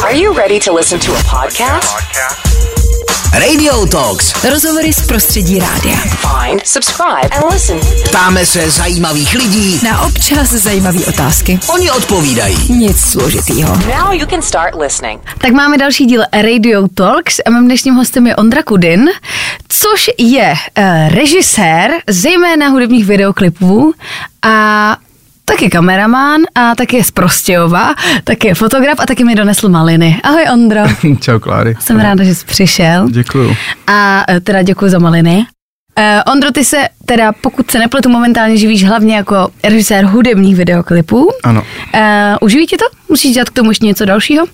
Are you ready to listen to a podcast? Radio Talks. Rozhovory z prostředí rádia. Find, subscribe and listen. Ptáme se zajímavých lidí. Na občas zajímavé otázky. Oni odpovídají. Nic složitýho. Now you can start listening. Tak máme další díl Radio Talks a mým dnešním hostem je Ondra Kudin, což je režisér, zejména hudebních videoklipů a taky kameraman a taky je z Prostějova, taky je fotograf a taky mi donesl maliny. Ahoj Ondro. Čau Kláry. Jsem ráda, že jsi přišel. Děkuju. A teda děkuji za maliny. Ondro, ty se teda, pokud se nepletu, momentálně živíš hlavně jako režisér hudebních videoklipů. Ano. Uživí ti to? Musíš dělat k tomu ještě něco dalšího?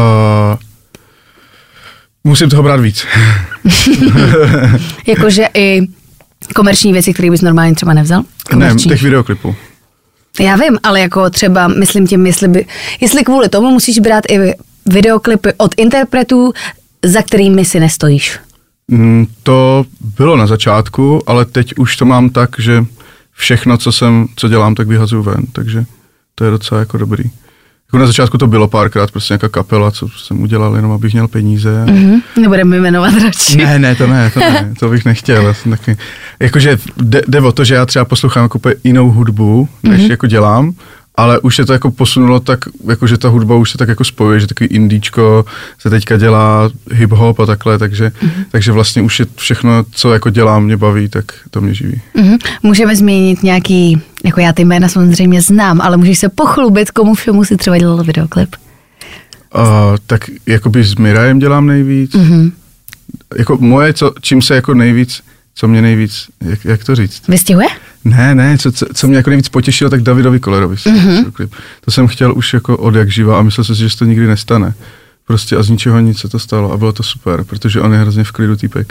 Musím toho brát víc. Jakože i komerční věci, které bys normálně třeba nevzal? Komerční. Ne, těch videoklipů. Já vím, ale jako třeba, myslím tím, jestli kvůli tomu musíš brát i videoklipy od interpretů, za kterými si nestojíš. To bylo na začátku, ale teď už to mám tak, že všechno, co dělám, tak vyhazuju ven, takže to je docela jako dobrý. Jako na začátku to bylo párkrát, prostě nějaká kapela, co jsem udělal, jenom abych měl peníze. Nebudeme jmenovat radši. Ne, to bych nechtěl. Já jsem taky, jakože jde o to, že já třeba poslouchám jako jinou hudbu, než jako dělám, ale už se to jako posunulo tak, jakože ta hudba už se tak jako spojuje, že takový indíčko se teďka dělá hip-hop a takhle, takže vlastně už je všechno, co jako dělám, mě baví, tak to mě živí. Můžeme změnit nějaký, jako já ty jména samozřejmě znám, ale můžeš se pochlubit, komu všemu si třeba dělal videoklip? Tak jakoby s Mirajem dělám nejvíc. Jako moje, čím se jako nejvíc, co mě nejvíc, jak to říct? Vystihuje? Ne, co mě jako nejvíc potěšilo, tak Davidovi Kollerovi. To jsem chtěl už jako od jak živa a myslel jsem si, že se to nikdy nestane. Prostě a z ničeho nic se to stalo a bylo to super, protože on je hrozně v klidu týpek.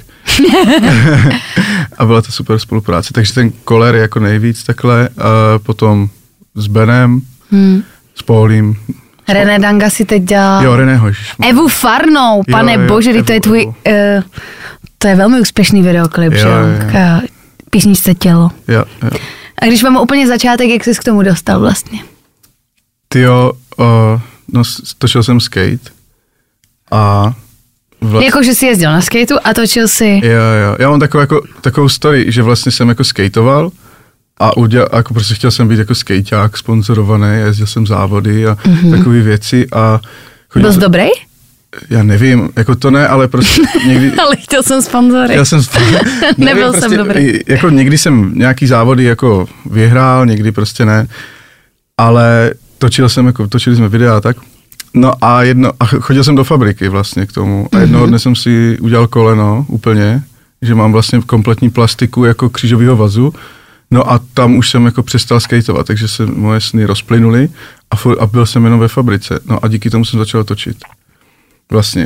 A byla to super spolupráce. Takže ten Koller je jako nejvíc takhle, a potom s Benem, s Paulím. René Danga si teď dělal. Jo, René Hož. Evu Farnou, pane bože, to je tvůj, to je velmi úspěšný videoklip, že jo? Písničce Tělo. Jo. A když mám úplně začátek, jak jsi k tomu dostal vlastně? Tyjo, točil jsem skate a Jakože jsi jezdil na skateu a točil si... Jo. Já mám takovou story, že vlastně jsem jako skateoval a jako prostě chtěl jsem být jako skejťák, sponzorovaný, jezdil jsem závody a takové věci a... Byl jsi dobrý? Já nevím, jako to ne, ale prostě někdy... Ale chtěl jsem sponzory. Nebyl jsem dobrý. Jako někdy jsem nějaký závody jako vyhrál, někdy prostě ne, ale točili jsme videa a tak. No a chodil jsem do fabriky vlastně k tomu a jednoho dne jsem si udělal koleno úplně, že mám vlastně kompletní plastiku jako křížovýho vazu. No a tam už jsem jako přestal skateovat, takže se moje sny rozplynuly a byl jsem jenom ve fabrice. No a díky tomu jsem začal točit. Vlastně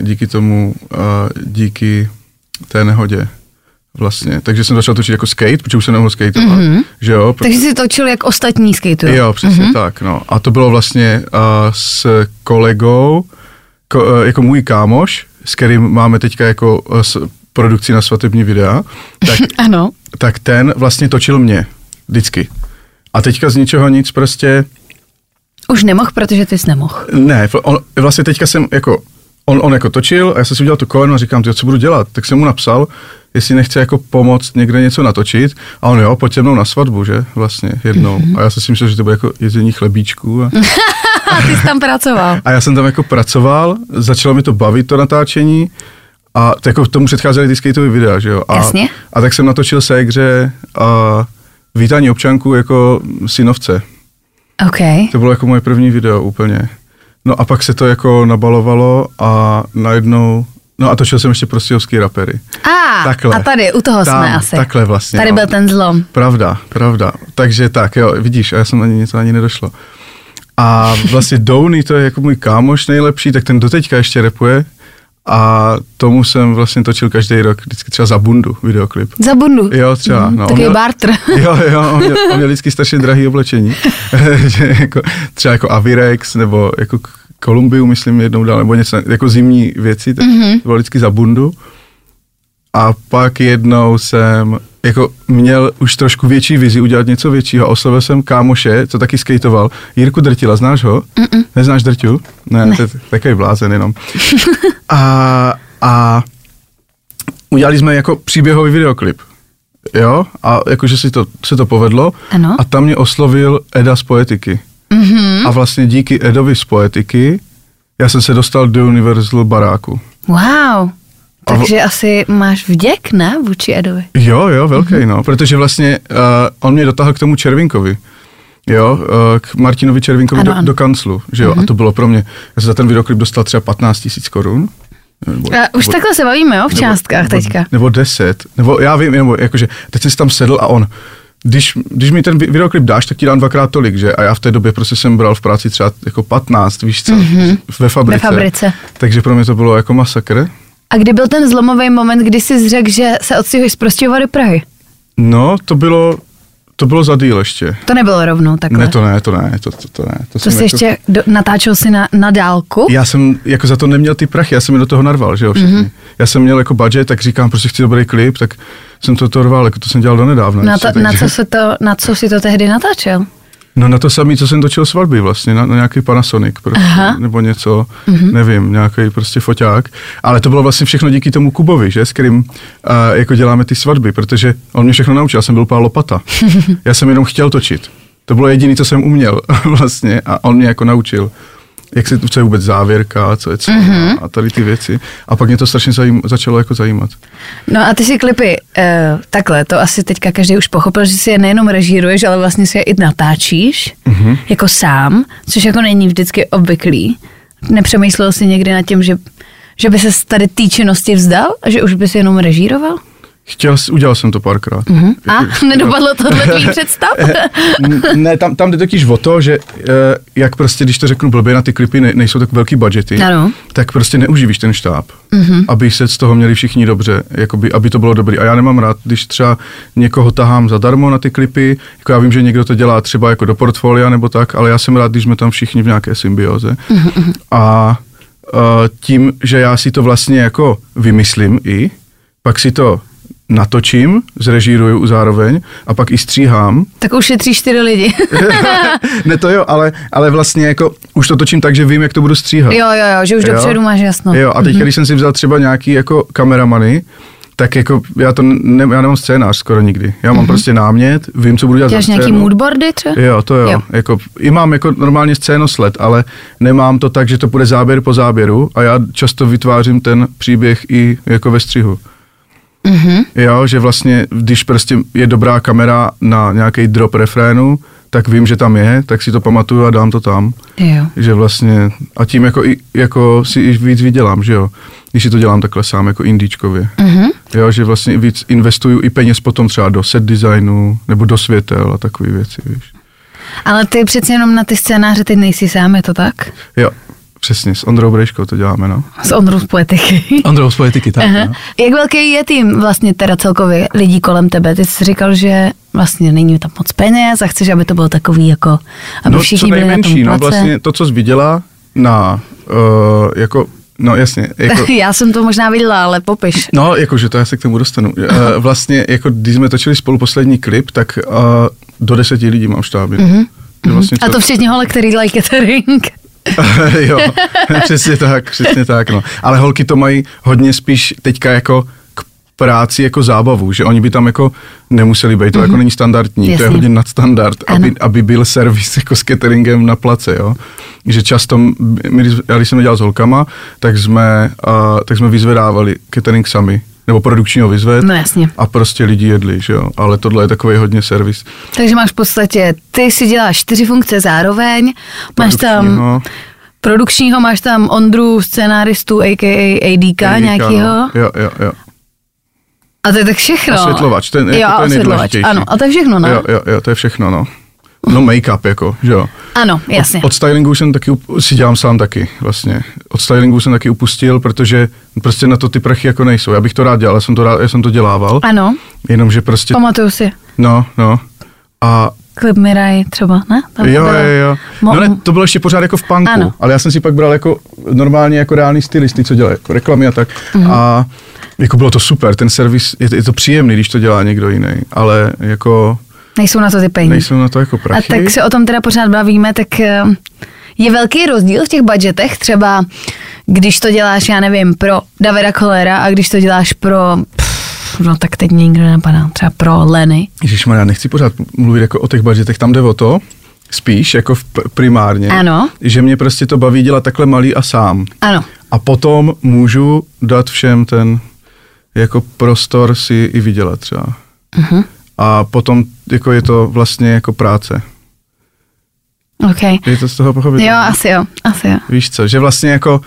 díky té nehodě vlastně. Takže jsem začal točit jako skate, protože už jsem nemohl skateovat, že jo. Takže jsi točil jak ostatní skateři. Jo, přesně tak, no. A to bylo vlastně s kolegou, jako můj kámoš, s kterým máme teďka jako produkci na svatební videa, Ano. Tak ten vlastně točil mě vždycky. A teďka z ničeho nic prostě... Už nemohl, protože ty jsi nemohl. Ne, vlastně teďka jsem jako... On jako točil a já jsem si udělal to koleno a říkám, co budu dělat? Tak jsem mu napsal, jestli nechce jako pomoct někde něco natočit a on jo, pojď se mnou na svatbu, že? Vlastně jednou. A já jsem si myslel, že to bude jako jezení chlebíčků. A ty jsi tam pracoval. A já jsem tam jako pracoval, začalo mi to bavit, to natáčení a jako tomu předcházely ty skateové videa, že jo? Jasně. A tak jsem natočil ségře a vítání občanku jako synovce. Okay. To bylo jako moje první video úplně. No a pak se to jako nabalovalo a najednou, no a točil jsem ještě prostějovský rapery. A tady, u toho jsme asi. Takhle vlastně. Tady byl ten zlom. Pravda. Takže tak, jo, vidíš, a já jsem ani nedošlo. A vlastně Douny, to je jako můj kámoš nejlepší, tak ten doteďka ještě rapuje. A tomu jsem vlastně točil každý rok, vždycky třeba za bundu videoklip. Za bundu? Jo, třeba. No, takový barter. Jo, on měl vždycky strašně drahý oblečení. Třeba jako Avirex, nebo jako Kolumbiu, myslím, jednou dal, nebo něco, jako zimní věci, tak to bylo vždycky za bundu. A pak jednou jsem jako měl už trošku větší vizi udělat něco většího a oslovil jsem kámoše, co taky skejtoval, Jirku Drtila, znáš ho? Neznáš Drťu? Ne. To je takový blázen jenom. A udělali jsme jako příběhový videoklip. Jo? A jakože se to povedlo. Ano. A tam mě oslovil Eda z Poetiky. A vlastně díky Edovi z Poetiky já jsem se dostal do Universal baráku. Wow. Takže asi máš vděk, ne, vůči Edovi? Jo, velký, no, protože vlastně on mě dotáhl k tomu Červinkovi, jo, k Martinovi Červinkovi do kanclu, že jo, a to bylo pro mě, já jsem za ten videoklip dostal třeba 15 000 korun. Už takhle se bavíme, jo, v částkách teďka. Nebo 10, nebo já vím, nebo jakože, teď jsem si tam sedl a on, když mi ten videoklip dáš, tak ti dám 2x tolik, že? A já v té době prostě jsem bral v práci třeba jako 15, víš co, ve fabrice. Takže pro mě to bylo jako masakr. A kdy byl ten zlomový moment, kdy jsi řekl, že se odstěhuješ z Prostějova do Prahy? No, to bylo za díl ještě. To nebylo rovnou takhle? Ne, to ne. To jsi jako... ještě natáčel si na dálku? Já jsem jako za to neměl ty prachy, já jsem je do toho narval, že jo, všechny. Já jsem měl jako budget, tak říkám, prostě chci dobrý klip, tak jsem to rval, jako to jsem dělal donedávna. Na co si to tehdy natáčel? No na to samé, co jsem točil svatby vlastně, na nějaký Panasonic prostě, nebo něco, nevím, nějaký prostě foťák. Ale to bylo vlastně všechno díky tomu Kubovi, že, s kterým jako děláme ty svatby, protože on mě všechno naučil, já jsem byl pár lopata. Já jsem jenom chtěl točit. To bylo jediné, co jsem uměl vlastně a on mě jako naučil, co je vůbec závěrka, co je co a tady ty věci. A pak mě to strašně začalo jako zajímat. No a ty si klipy takhle, to asi teďka každý už pochopil, že si je nejenom režíruješ, ale vlastně si je i natáčíš jako sám, což jako není vždycky obvyklý. Nepřemýšlel jsi někdy nad tím, že by se tady té činnosti vzdal a že už by si jenom režíroval? Udělal jsem to párkrát. A nedopadlo to dle tvých představ? Ne, tam jde totiž o to, že jak prostě, když to řeknu blbě, na ty klipy nejsou tak velký budgety, tak prostě neuživíš ten štáb, aby se z toho měli všichni dobře, jakoby, aby to bylo dobrý. A já nemám rád, když třeba někoho tahám zadarmo na ty klipy, jako já vím, že někdo to dělá třeba jako do portfolia nebo tak, ale já jsem rád, když jsme tam všichni v nějaké symbioze. A tím, že já si to vlastně jako vymyslím pak si to natočím, zrežíruju zároveň a pak i stříhám. Tak ušetříš 4 lidi. Ne to jo, ale vlastně jako už to točím tak, že vím, jak to budu stříhat. Jo, že už dopředu máš jasno. Jo, a teď, když jsem si vzal třeba nějaký jako kameramany, tak jako já nemám scénář skoro nikdy. Já mám prostě námět, vím, co budu dělat. Děláš nějaký moodboardy třeba? Jo, to jo. Jako, i mám jako normálně scénosled, ale nemám to tak, že to bude záběr po záběru a já často vytvářím ten příběh i jako ve střihu. Jo, že vlastně, když prostě je dobrá kamera na nějaký drop refrénu, tak vím, že tam je, tak si to pamatuju a dám to tam. Jo. Že vlastně, a tím jako si i víc vydělám, že jo, když si to dělám takhle sám jako indíčkově. Jo, že vlastně víc investuju i peněz potom třeba do set designu, nebo do světel a takové věci, víš. Jak ty přeci jenom na ty scénáře teď nejsi sám, je to tak? Jo. Přesně, s Ondrou Brejškou to děláme, no. S Ondrou z Poetiky. Ondrou z Poetiky, tak, no. Jak velký je tým vlastně teda celkově lidí kolem tebe? Ty jsi říkal, že vlastně není tam moc peněz a chceš, aby to bylo takový jako, aby všichni byli na tom place. No vlastně to, co jsi viděla jako, no jasně. Jako, já jsem to možná viděla, ale popiš. No, jakože to já se k tomu dostanu. Vlastně, jako když jsme točili spolu poslední klip, tak do 10 lidí mám štáby. Vlastně a to včetně holek, který dělají catering. Jo, přesně tak, no. Ale holky to mají hodně spíš teďka jako k práci jako zábavu, že oni by tam jako nemuseli být, to jako není standardní, jasně. To je hodně nadstandard, aby byl servis jako s cateringem na place, jo. Že často, když jsem dělal s holkama, tak jsme vyzvedávali catering sami, nebo produkčního vyzved, no, jasně. A prostě lidi jedli, že jo, ale tohle je takový hodně servis. Takže máš v podstatě, ty si děláš 4 funkce zároveň, máš tam produkčního, máš tam Ondru, scenáristu, a.k.a. ADka nějakýho. Jo. A to je tak všechno. A světlovač, to je nejdůležitější. Ano, a to je všechno, no. Jo, to je všechno, no. No make-up, jako, že jo. Ano, jasně. Od stylingu si dělám sám taky, vlastně. Od stylingu jsem taky upustil, protože prostě na to ty prachy jako nejsou. Já bych to rád dělal, já jsem to dělával. Ano. Jenomže prostě... Pamatuju si. No. A... Klip Mirai třeba, ne? Tam jo. No ne, to bylo ještě pořád jako v punku, ale já jsem si pak bral jako normálně jako reální stylisty, co dělají, jako reklamy a tak. Jako bylo to super, ten servis, je to příjemný, když to dělá někdo jiný, ale jako... Nejsou na to ty peníze. Nejsou na to jako prachy. A tak se o tom teda pořád bavíme, tak je velký rozdíl v těch budgetech, třeba když to děláš, já nevím, pro Davida Kollera a když to děláš pro, no tak teď mě nikdo nenapadá, třeba pro Lenny. Ježišmarja, nechci pořád mluvit jako o těch budgetech, tam jde o to, spíš jako primárně, ano. Že mě prostě to baví dělat takhle malý a sám. Ano. A potom můžu dát všem ten jako prostor si i vydělat třeba. Uh-huh. A potom jako je to vlastně jako práce. Okay. Je to z toho pochopit? Jo, asi jo. Víš co, že vlastně jako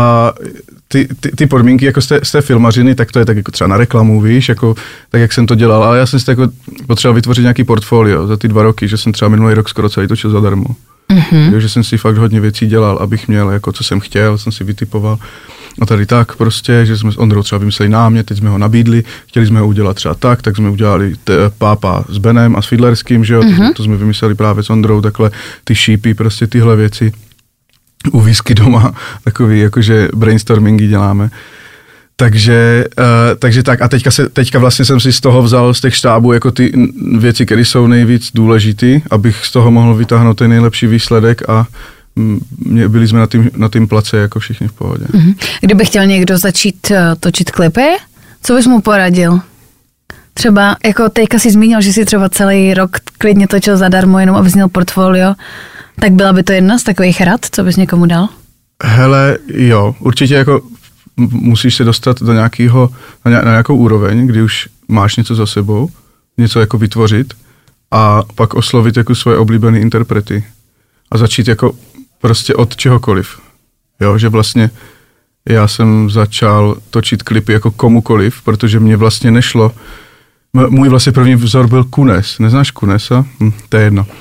ty podmínky jako z té filmařiny, tak to je tak jako třeba na reklamu, víš, jako tak jak jsem to dělal, ale já jsem si jako potřeboval vytvořit nějaký portfolio za ty 2 roky, že jsem třeba minulý rok skoro celý točil zadarmo. Mm-hmm. Takže jsem si fakt hodně věcí dělal, abych měl jako co jsem chtěl, jsem si vytipoval. A tady tak prostě, že jsme s Ondrou třeba vymysleli námět, teď jsme ho nabídli, chtěli jsme ho udělat třeba tak jsme udělali Pápa s Benem a s Fiedlerským, že jo, to jsme vymysleli právě s Ondrou, takhle ty šípy, prostě tyhle věci. U whisky doma, takový jakože brainstormingy děláme. Takže tak a teďka vlastně jsem si z toho vzal z těch štábů jako ty věci, které jsou nejvíc důležitý, abych z toho mohl vytáhnout ten nejlepší výsledek a byli jsme na tým place jako všichni v pohodě. Kdyby chtěl někdo začít točit klipy, co bys mu poradil? Třeba, jako teďka si zmínil, že si třeba celý rok klidně točil zadarmo, jenom abys měl portfolio, tak byla by to jedna z takových rad, co bys někomu dal? Hele, jo, určitě jako musíš se dostat do na nějakou úroveň, kdy už máš něco za sebou, něco jako vytvořit a pak oslovit jako svoje oblíbené interprety a začít jako prostě od čehokoliv. Jo, že vlastně já jsem začal točit klipy jako komukoliv, protože mě vlastně nešlo. Můj vlastně první vzor byl Kunes. Neznáš Kunesa? To je jedno.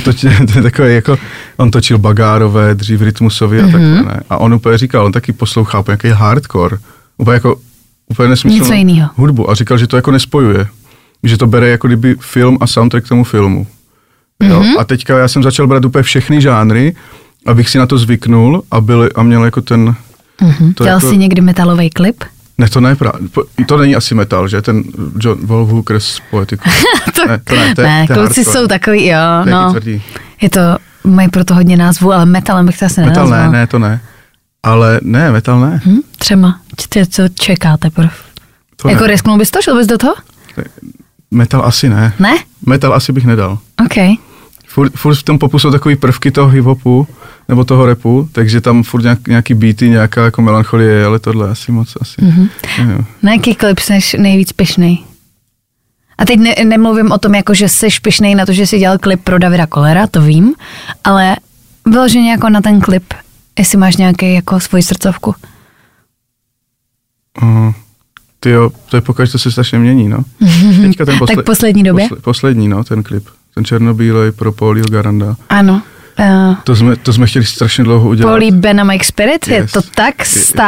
On točil Bagárové, dřív Rytmusovi a takhle, ne? A on úplně říkal, on taky poslouchal nějaký hardcore, úplně nesmyslnou hudbu a říkal, že to jako nespojuje. Že to bere jako kdyby film a soundtrack k tomu filmu. Jo? A teďka já jsem začal brát úplně všechny žánry, abych si na to zvyknul a měl jako ten... Dělal jako... jsi někdy metalový klip? Ne, to ne, to není asi metal, že? Ten John Wolf Hooker z Poetiku. Ne, kluci jsou takový, jo, no. Je to, mají proto hodně názvu, ale metalem bych to asi nenazval. Metal ne, to ne. Ale ne, metal ne. Třeba, co čekáte prv? Jako risknul bys to, šel bys do toho? Metal asi ne. Ne? Metal asi bych nedal. OK. Furt v tom popu jsou takový prvky toho hip-hopu, nebo toho rapu, takže tam furt nějaký beaty, nějaká jako melancholie, ale tohle asi moc asi. Na jaký klip jsi nejvíc pyšnej? A teď nemluvím o tom, jako, že jsi pyšnej na to, že jsi dělal klip pro Davida Kollera, to vím, ale vyloženě jako na ten klip, jestli máš nějaký jako svoji srdcovku. Tyjo, to je pokaždé, to se strašně mění, no. Teďka ten tak poslední době? Poslední, no, ten klip. Ten černobílej pro Paulího Garanda. Ano. To jsme chtěli strašně dlouho udělat. Paulí Ben a Mike Spirit, yes. Je to tak?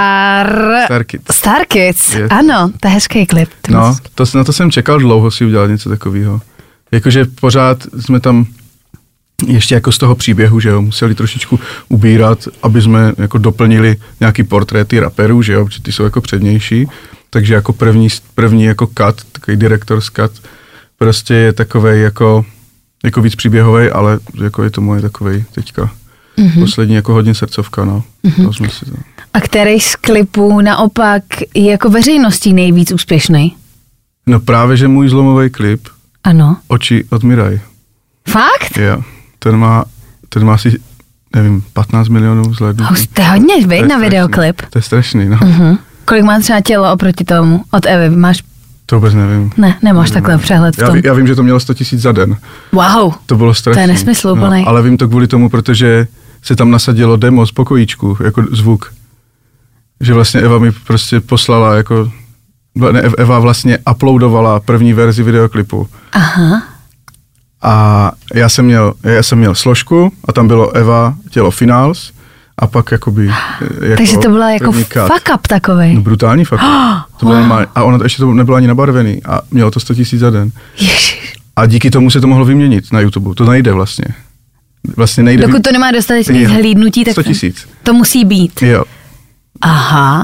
Star Kids. Yes. Ano, to je hezký klip. No, na to jsem čekal dlouho si udělat něco takového. Jakože pořád jsme tam ještě jako z toho příběhu, že jo, museli trošičku ubírat, aby jsme jako doplnili nějaký portréty raperů, že jo, protože ty jsou jako přednější. Takže jako první jako cut, takový director's cut, prostě je takovej jako víc příběhovej, ale jako je to moje takovej teďka poslední jako hodně srdcovka, no. A který z klipů naopak je jako veřejností nejvíc úspěšný? No právě, že můj zlomový klip. Ano. Oči od Miraj. Fakt? Jo. Ten má asi, nevím, 15 milionů zhlédnutí. To je hodně, veď na videoklip. To je strašný, no. Kolik má třeba tělo oproti tomu? Od Evy máš? To vůbec nevím. Ne, nemáš takhle přehled v tom. Já vím, že to mělo 100 000 za den. Wow. To bylo strašný. To je nesmysl úplnej. No, ale vím to kvůli tomu, protože se tam nasadilo demo z pokojíčku, jako zvuk. Že vlastně Eva mi prostě poslala jako... Eva vlastně uploadovala první verzi videoklipu. Aha. A já jsem měl složku a tam bylo Eva, tělo Finals a pak jakoby... Jako takže to byla jako fuck up takovej. No, brutální fuck up. To bylo normální. A ono ještě to nebylo ani nabarvený a mělo to 100 000 za den. Ježiš. A díky tomu se to mohlo vyměnit na YouTube. To nejde vlastně. Nejde. Dokud to nemá dostatečný hlídnutí, tak 100 000. to musí být. Jo. Aha.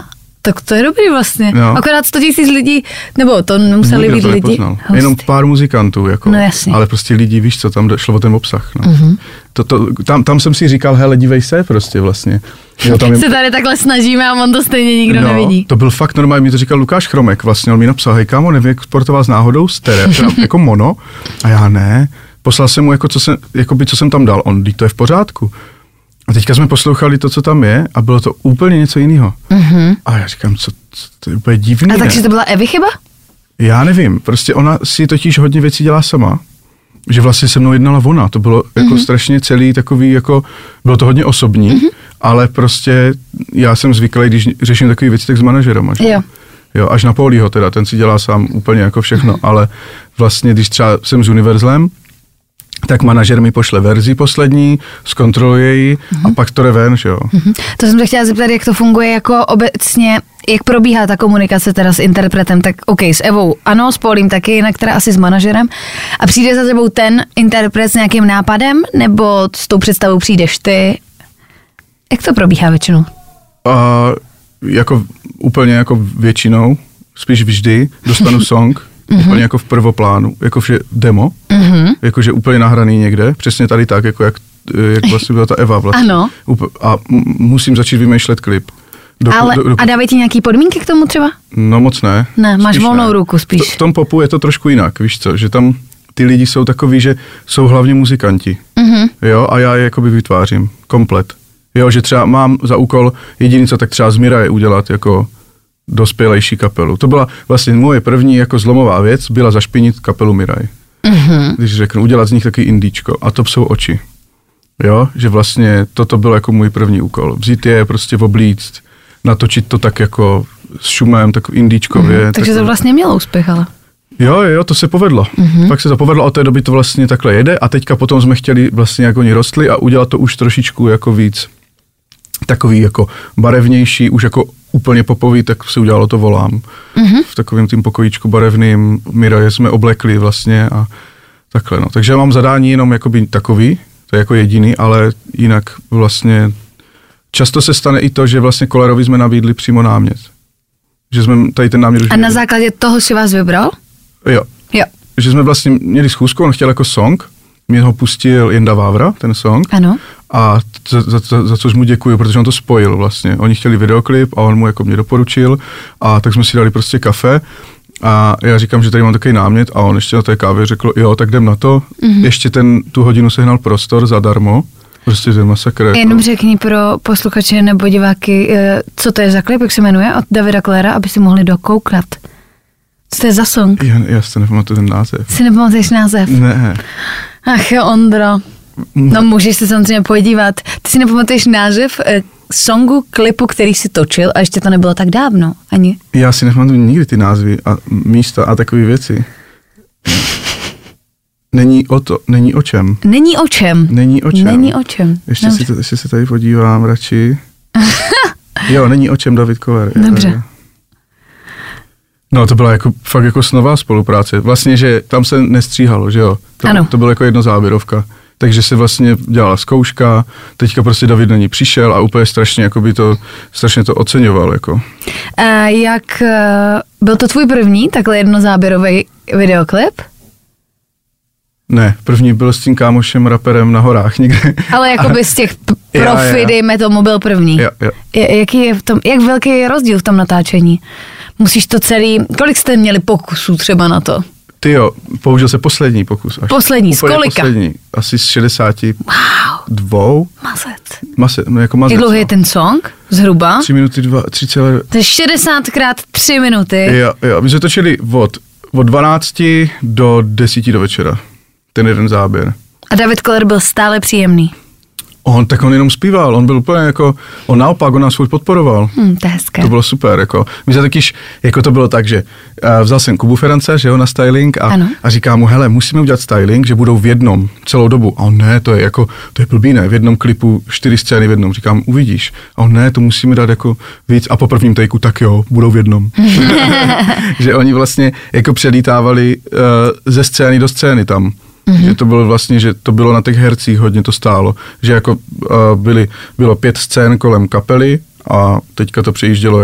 Tak to je dobrý vlastně. No. Akorát 100 000 lidí, nebo to nemuseli být lidi. Jenom pár muzikantů, jako. No jasně. Ale prostě lidi, víš co, tam šlo o ten obsah. No. Tam jsem si říkal, hele, dívej se prostě vlastně. Jo, tam se tady takhle snažíme a on to stejně nikdo nevidí. To byl fakt normální, mi to říkal Lukáš Chromek, vlastně on mi napsal, hej kámo, nevyexportoval s náhodou stereo, jako mono, a já ne. Poslal jsem mu, jako, co jsem tam dal, on, to je v pořádku. A teďka jsme poslouchali to, co tam je, a bylo to úplně něco jiného. A já říkám, co to je úplně divný. A takže to byla Evy chyba? Já nevím, prostě ona si totiž hodně věcí dělá sama. Že vlastně se mnou jednala ona, to bylo jako strašně celý takový, jako, bylo to hodně osobní, ale prostě já jsem zvyklý, když řeším takové věci, tak s manažerem. Jo, až na Paulího teda, ten si dělá sám úplně jako všechno, ale vlastně, když třeba jsem s Univerzlem, tak manažer mi pošle verzi poslední, zkontroluje ji a pak to jde ven, že jo. To jsem se chtěla zeptat, jak to funguje jako obecně, jak probíhá ta komunikace teda s interpretem, tak OK, s Evou ano, s Paulím taky, jinak teda asi s manažerem. A přijde za tebou ten interpret s nějakým nápadem, nebo s tou představou přijdeš ty? Jak to probíhá většinou? Jako úplně jako většinou, spíš vždy dostanu song, úplně jako v prvoplánu, jakože demo, jakože úplně nahraný někde, přesně tady tak, jako jak vlastně byla ta Eva vlastně. Ano. A musím začít vymýšlet klip. A dávají ti nějaký podmínky k tomu třeba? No moc ne. Ne, máš volnou ruku spíš. V tom popu je to trošku jinak, víš co, že tam ty lidi jsou takový, že jsou hlavně muzikanti, jo, a já je jakoby vytvářím, komplet. Jo, že třeba mám za úkol jediný, co tak třeba z Mira je udělat jako dospělejší kapelu. To byla vlastně moje první jako zlomová věc, byla zašpinit kapelu Miraj. Když řeknu, udělat z nich taky indíčko. A to jsou oči. Jo, že vlastně toto bylo jako můj první úkol. Vzít je, prostě oblíct, natočit to tak jako s šumem, tak indíčkově. Takže to vlastně mělo úspěch, ale. Jo, to se povedlo. Pak se to povedlo, od té doby to vlastně takhle jede a teďka potom jsme chtěli vlastně, jak oni rostli a udělat to už trošičku jako víc takový jako barevnější, už jako úplně popový, tak se udělalo to Volám. V takovém tým pokojíčku barevným, Miraje jsme oblekli vlastně a takhle, no. Takže já mám zadání jenom jakoby takový, to je jako jediný, ale jinak vlastně často se stane i to, že vlastně Kolerovi jsme nabídli přímo námět. Že jsme tady ten námět už A na základě toho si vás vybral? Jo. Že jsme vlastně měli schůzku, on chtěl jako song, mě ho pustil Jenda Vávra, ten song. Ano. A za což mu děkuju, protože on to spojil vlastně. Oni chtěli videoklip a on mu jako mě doporučil a tak jsme si dali prostě kafe a já říkám, že tady mám takový námět a on ještě na té kávě řekl, jo, tak jdem na to. Ještě tu hodinu sehnal prostor zadarmo. Prostě ten masakr. Jenom řekni pro posluchače nebo diváky, co to je za klip, jak se jmenuje, od Davida Kollera, aby si mohli dokouknat. Co to je za song? Já si nepamatuji ten název. Si nepamatuješ název? Ne. Ach jo, Ondro. No můžeš se samozřejmě podívat. Ty si nepamatuješ název songu, klipu, který si točil a ještě to nebylo tak dávno, ani? Já si nepamatuji nikdy ty názvy a místa a takové věci. Není o čem. Ještě se tady podívám radši. Jo, není o čem, David Koller. Dobře. No to byla jako fakt jako snová spolupráce. Vlastně, že tam se nestříhalo, že jo. To bylo jako jednozáběrovka. Takže se vlastně dělala zkouška, teďka prostě David na ní přišel a úplně strašně to oceňoval. Jako. Byl to tvůj první takhle jednozáběrový videoklip? Ne, první byl s tím kámošem raperem na horách někde. Ale jakoby z těch profi, dejme tomu, byl první. Jo. Jak velký je rozdíl v tom natáčení? Musíš to kolik jste měli pokusů třeba na to? Tyjo, použil se poslední pokus. Poslední, z kolika? Poslední, asi z 62. Wow. Mazec. Jako mazec. Jak dlouhý je ten song? Zhruba? 3 minuty, 3 celé... To je 60x3 minuty. Jo, my jsme točili od 12 do 10 do večera. Ten jeden záběr. A David Koller byl stále příjemný. On jenom zpíval, on byl úplně jako, on nás furt podporoval. To je hezké. To bylo super, jako. My jsme takyž, jako to bylo tak, že vzal jsem Kubu Ference, že jo, na styling a říká mu, hele, musíme udělat styling, že budou v jednom celou dobu. A on ne, to je blbý, ne, v jednom klipu 4 scény v jednom. Říkám, uvidíš. A on ne, to musíme dát jako víc. A po prvním takeu, tak jo, budou v jednom. Že oni vlastně jako přelítávali ze scény do scény tam. Že to bylo vlastně, že to bylo na těch hercích, hodně to stálo. Že jako bylo 5 scén kolem kapely a teďka to přejíždělo jako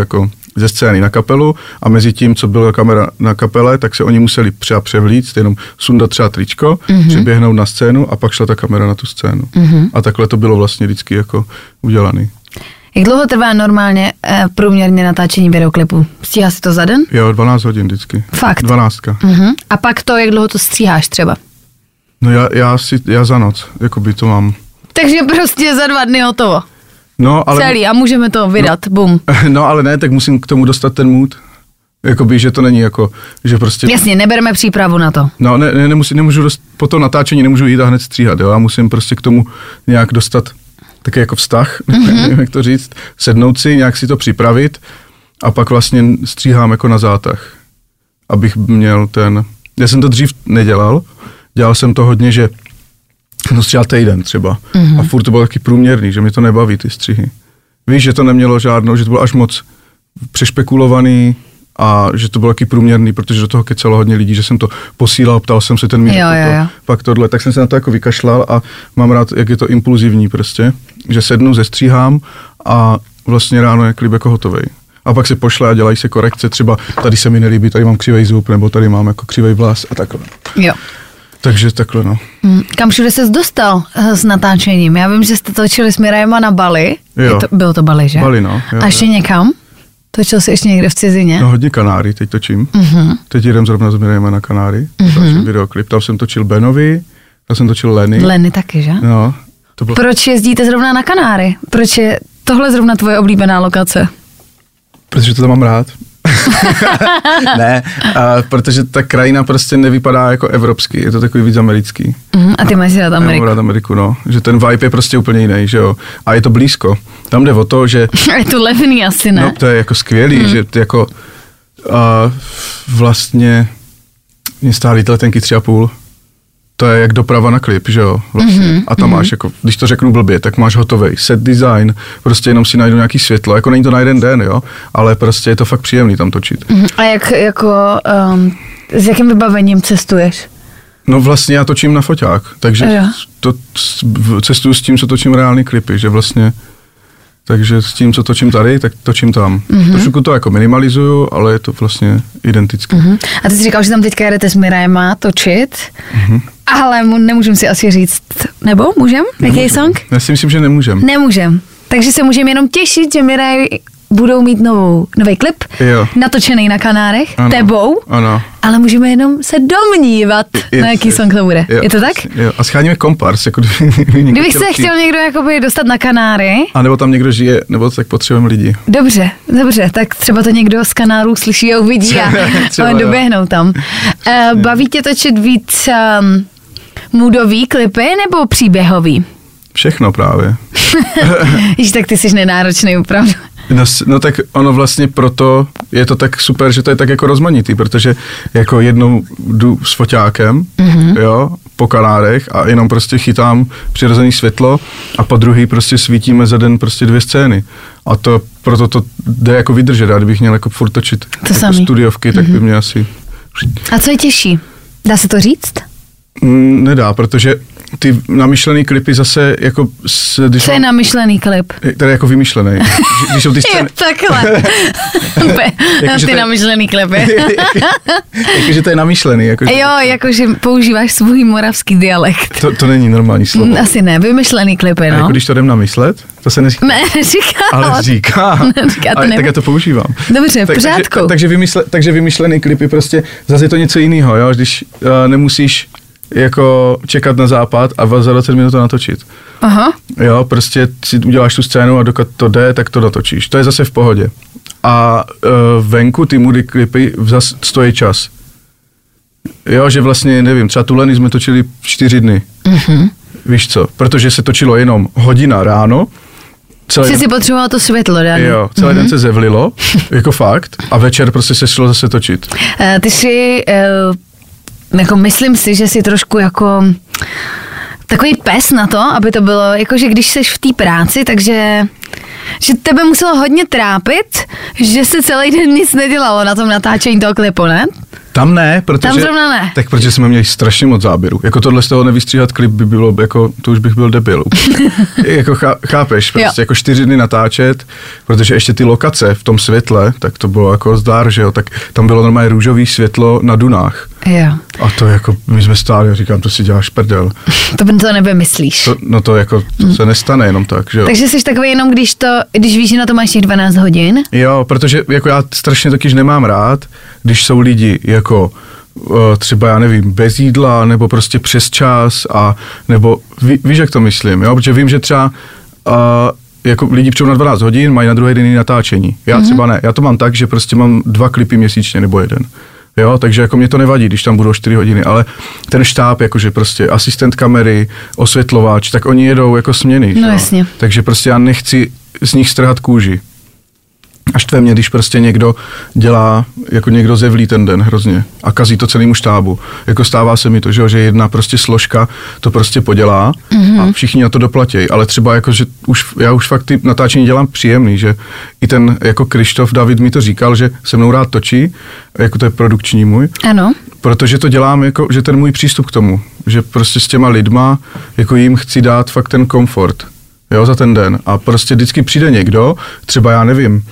ze scény na kapelu a mezi tím, co byla kamera na kapele, tak se oni museli třeba převlíct, jenom sundat třeba tričko, přiběhnout na scénu a pak šla ta kamera na tu scénu. A takhle to bylo vlastně vždycky jako udělaný. Jak dlouho trvá normálně průměrně natáčení videoklipu? Stíhá si to za den? Jo, 12 hodin vždycky. Fakt? 12. A pak to, jak dlouho to stříháš třeba? No já za noc, jakoby to mám. Takže prostě za 2 dny hotovo. No, ale... Celý a můžeme to vydat, bum. No ale ne, tak musím k tomu dostat ten mood. Jakoby, že to není jako, že prostě... Jasně, nebereme přípravu na to. No, nemůžu po to natáčení nemůžu jít a hned stříhat, jo. Já musím prostě k tomu nějak dostat taky jako vztah, nevím, jak to říct, sednout si, nějak si to připravit a pak vlastně stříhám jako na zátah, abych měl ten... Já jsem to dřív nedělal, dělal jsem to hodně, že no stříhal týden třeba a furt to bylo taky průměrný, že mě to nebaví ty střihy. Víš, že to nemělo žádnou, že to bylo až moc přešpekulovaný a že to bylo taky průměrný, protože do toho kecalo hodně lidí, že jsem to posílal, ptal jsem se ten mír, pak tohle, tak jsem se na to jako vykašlal a mám rád, jak je to impulzivní prostě, že sednu, zestříhám a vlastně ráno je klip jako hotovej. A pak se pošle a dělají se korekce, třeba tady se mi nelíbí, tady mám křivej zub, nebo tady mám jako křivej vlas a takhle. Jo. Takže takhle, no. Kam všude ses dostal s natáčením? Já vím, že jste točili s Mirajema na Bali. Bylo to Bali, že? Bali, no. Jo, a ještě někam? Točil jsi ještě někde v cizině? No hodně Kanáry teď točím. Teď jdem zrovna s Mirajema na Kanáry. Další videoklip. Tam jsem točil Benovi, tam jsem točil Lenny. Lenny taky, že? No. To bylo... Proč jezdíte zrovna na Kanáry? Proč je tohle zrovna tvoje oblíbená lokace? Protože to tam mám rád. Ne, protože ta krajina prostě nevypadá jako evropský, je to takový víc americký. A ty máš rád Ameriku. Já mám rád Ameriku, no. Že ten vibe je prostě úplně jiný, že jo. A je to blízko. Tam jde o to, že... Je to levný asi, ne? No, to je jako skvělý, že jako vlastně mě stály letenky 3,5. To je jak doprava na klip, že jo, vlastně. A tam máš jako, když to řeknu blbě, tak máš hotovej set design, prostě jenom si najdu nějaký světlo, jako není to na jeden den, jo, ale prostě je to fakt příjemný tam točit. A jak jako, s jakým vybavením cestuješ? No vlastně já točím na foťák, takže cestuju s tím, co točím reální klipy, že vlastně, takže s tím, co točím tady, tak točím tam. Trošku to jako minimalizuju, ale je to vlastně identické. A ty jsi říkal, že tam teďka jedete s Mirajema točit, ale nemůžem si asi říct, nebo můžem? Jaký song? Já si myslím, že nemůžem. Nemůžem. Takže se můžeme jenom těšit, že Miraj budou mít nový klip, natočený na Kanárech, tebou, ale můžeme jenom se domnívat, na jaký song to bude. Je to tak? Jo. A scháníme kompars. Jako kdybych se chtěl někdo jakoby dostat na Kanáry. A nebo tam někdo žije, nebo tak potřebujeme lidi. Dobře, tak třeba to někdo z Kanárů slyší a uvidí a doběhnou tam. Baví tě točit víc moodový klipy nebo příběhový? Všechno právě. Víš, tak ty jsi nenáročný opravdu. No tak ono vlastně proto je to tak super, že to je tak jako rozmanitý, protože jako jednou jdu s foťákem, jo, po Kanárech a jenom prostě chytám přirozený světlo a po druhý prostě svítíme za den prostě 2 scény. A to proto to jde jako vydržet, a kdybych měl jako furt točit to jako studiovky, tak by mě asi... A co je těžší? Dá se to říct? Nedá, protože ty namyšlený klipy zase jako... Co je namyšlený klip? Teda jako vymyšlený. Když jsou ty scény... Takhle. Ty namyšlený klipy. Jakože to je namyšlený. Jakože používáš svůj moravský dialekt. To není normální slovo. Asi ne, vymyšlený klipy, no. A jako když to jdem namyslet, to se neříká. Ne, říká. Ale říká. Ale tak já to používám. Dobře, v pořádku. Takže vymyšlený klipy prostě, zase je to něco jiného, jo, když nemusíš jako čekat na západ a za 20 minut to natočit. Aha. Jo, prostě si uděláš tu scénu a dokud to jde, tak to natočíš. To je zase v pohodě. A venku ty moody klipy zase stojí čas. Jo, že vlastně, nevím, třeba tu Lenny jsme točili 4 dny. Víš co? Protože se točilo jenom hodina ráno. Jsi si potřeboval to světlo, Dani. Jo, celý den se zevlilo, jako fakt, a večer prostě se šlo zase točit. Ty jsi... Jako myslím si, že jsi trošku jako takový pes na to, aby to bylo, jakože když jsi v té práci, takže že tebe muselo hodně trápit, že se celý den nic nedělalo na tom natáčení toho klipu, ne? Tam ne, protože... Tam zrovna ne. Tak protože jsme měli strašně moc záběrů. Jako tohle z toho nevystříhat klip by bylo, jako, to už bych byl debil. Jako chápeš, prostě jako 4 dny natáčet, protože ještě ty lokace v tom světle, tak to bylo jako zdár, že jo, tak tam bylo normálně růžový světlo na dunách. Jo. A to jako, my jsme stáli a říkám, to si děláš prdel. To nevymyslíš. To se nestane jenom tak, že jo. Takže jsi takový jenom, když víš, že na to máš těch 12 hodin? Jo, protože jako já strašně totiž nemám rád, když jsou lidi jako třeba, já nevím, bez jídla, nebo prostě přes čas, a nebo víš, jak to myslím, jo, protože vím, že třeba jako lidi přijdou na 12 hodin, mají na druhý den natáčení. Já třeba ne, já to mám tak, že prostě mám 2 klipy měsíčně nebo 1. Jo, takže jako mě to nevadí, když tam budou 4 hodiny, ale ten štáb, jakože prostě asistent kamery, osvětlovač, tak oni jedou jako směny. No jasně. Takže prostě já nechci z nich strhat kůži. A štve mě, když prostě někdo dělá, jako někdo zevlí ten den hrozně a kazí to celému štábu. Jako stává se mi to, že jedna prostě složka to prostě podělá a všichni na to doplatí, ale třeba jako, že já už fakt ty natáčení dělám příjemný, že i ten jako Krištof David mi to říkal, že se mnou rád točí, jako to je produkční můj. Ano. Protože to dělám jako, že ten můj přístup k tomu, že prostě s těma lidma, jako jim chci dát fakt ten komfort, jo, za ten den a prostě vždycky přijde někdo, třeba já nevím,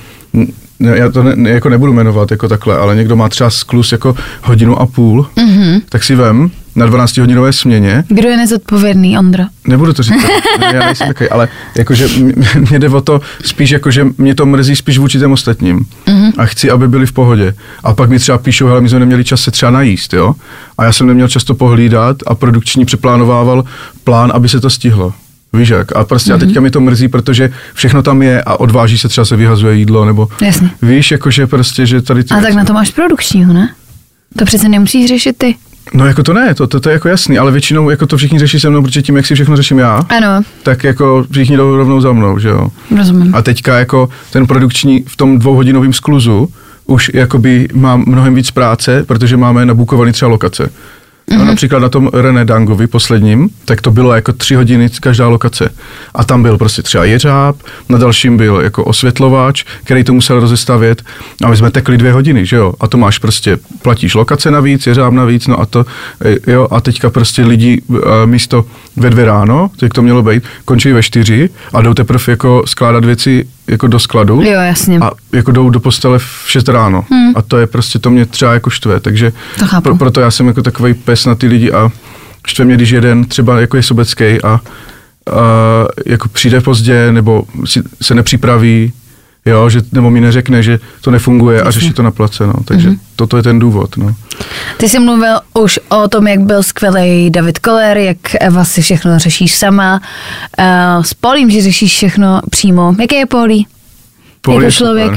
já to jako nebudu jmenovat jako takhle, ale někdo má třeba skluz jako 1,5 hodiny, tak si vem na 12hodinové směně. Kdo je nezodpovědný, Ondro? Nebudu to říkat, já nejsem takový, ale jakože mě jde o to spíš jakože mě to mrzí spíš vůči těm ostatním a chci, aby byli v pohodě. A pak mi třeba píšou, hele, my jsme neměli čas se třeba najíst, jo? A já jsem neměl čas to pohlídat a produkční přeplánovával plán, aby se to stihlo. Víš jak? A prostě a teďka mi to mrzí, protože všechno tam je a odváží se, třeba se vyhazuje jídlo, nebo jasně. Víš, jakože prostě, že tady... A tak na to máš produkčního, ne? To přece nemusíš řešit ty. No jako to ne, to je jako jasný, ale většinou jako to všichni řeší se mnou, protože tím, jak si všechno řeším já, ano. Tak jako všichni jdou rovnou za mnou, že jo? Rozumím. A teďka jako ten produkční v tom 2hodinovém skluzu už jakoby mám mnohem víc práce, protože máme nabukovaný třeba lokace. No, například na tom René Dangovi posledním, tak to bylo jako 3 hodiny každá lokace. A tam byl prostě třeba jeřáb, na dalším byl jako osvětlovač, který to musel rozestavět a my jsme tekli 2 hodiny, že jo. A to máš prostě, platíš lokace navíc, jeřáb navíc, no a to, jo, a teďka prostě lidi místo ve 2 ráno, jak to mělo být, končí ve 4 a jdou teprve jako skládat věci jako do skladu. Jo, jasně. A jako jdou do postele v 6 ráno. A to je prostě, to mě třeba jako štve, takže proto já jsem jako takovej pes na ty lidi a štve mě, když jeden třeba jako je sobecký a jako přijde pozdě nebo se nepřipraví, jo, že, nebo mi neřekne, že to nefunguje a řeší to na place, no. Takže toto je ten důvod, no. Ty jsi mluvil už o tom, jak byl skvělý David Koller, jak vlastně všechno řešíš sama. S Polím, že řešíš všechno přímo. Jaký je Polí? Jako člověk?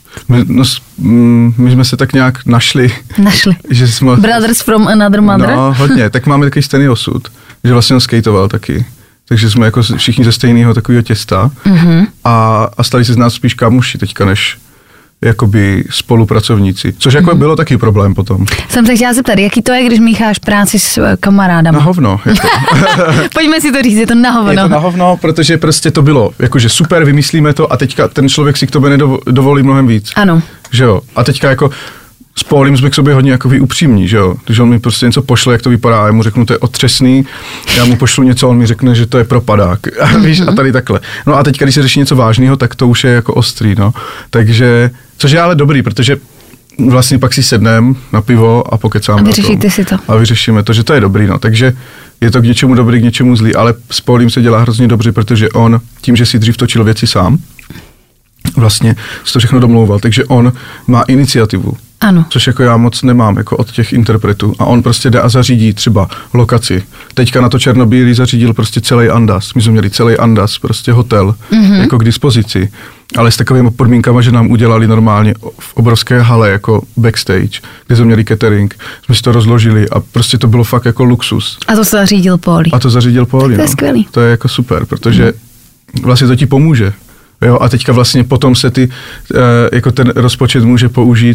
My jsme se tak nějak našli. Že jsme, Brothers from another mother? No, hodně. Tak máme takový stejný osud, že vlastně on skejtoval taky. Takže jsme jako všichni ze stejného takového těsta a stali se z nás spíš kamuši teďka, než jakoby spolupracovníci. Což jako bylo taky problém potom. Jsem se chtěla zeptat, jaký to je, když mícháš práci s kamarádama? Na hovno. Jako. Pojďme si to říct, je to na hovno. Je to na hovno, protože prostě to bylo jakože super, vymyslíme to a teďka ten člověk si k tobě nedovolí mnohem víc. Ano. Že jo? A teďka jako s Polím jsme k sobě hodně jako upřímní, že jo? Když on mi prostě něco pošle, jak to vypadá, já mu řeknu, to je otřesný, já mu pošlu něco, on mi řekne, že to je propadák. Víš, a tady takhle. No a teďka, když se řeší něco vážného, tak to už je jako ostrý, no. Takže, což je ale dobrý, protože vlastně pak si sedneme na pivo a pokecáme. A vyřešíte si to. A vyřešíme to, že to je dobrý, no. Takže je to k něčemu dobrý, k něčemu zlý, ale s Polím se dělá hrozně dobře, protože on tím, že si dřív točil věci sám, vlastně si to všechno domlouval, takže on má iniciativu. Ano. Což jako já moc nemám jako od těch interpretů. A on prostě jde a zařídí třeba lokaci. Teďka na to Černobílý zařídil prostě celý Andas. My jsme měli celý Andas, prostě hotel, jako k dispozici. Ale s takovými podmínkama, že nám udělali normálně v obrovské hale jako backstage, kde jsme měli catering. Jsme si to rozložili a prostě to bylo fakt jako luxus. A to zařídil Polí. To je skvělý. To je jako super, protože vlastně to ti pomůže. Jo, a teďka vlastně potom se jako ten rozpočet může použít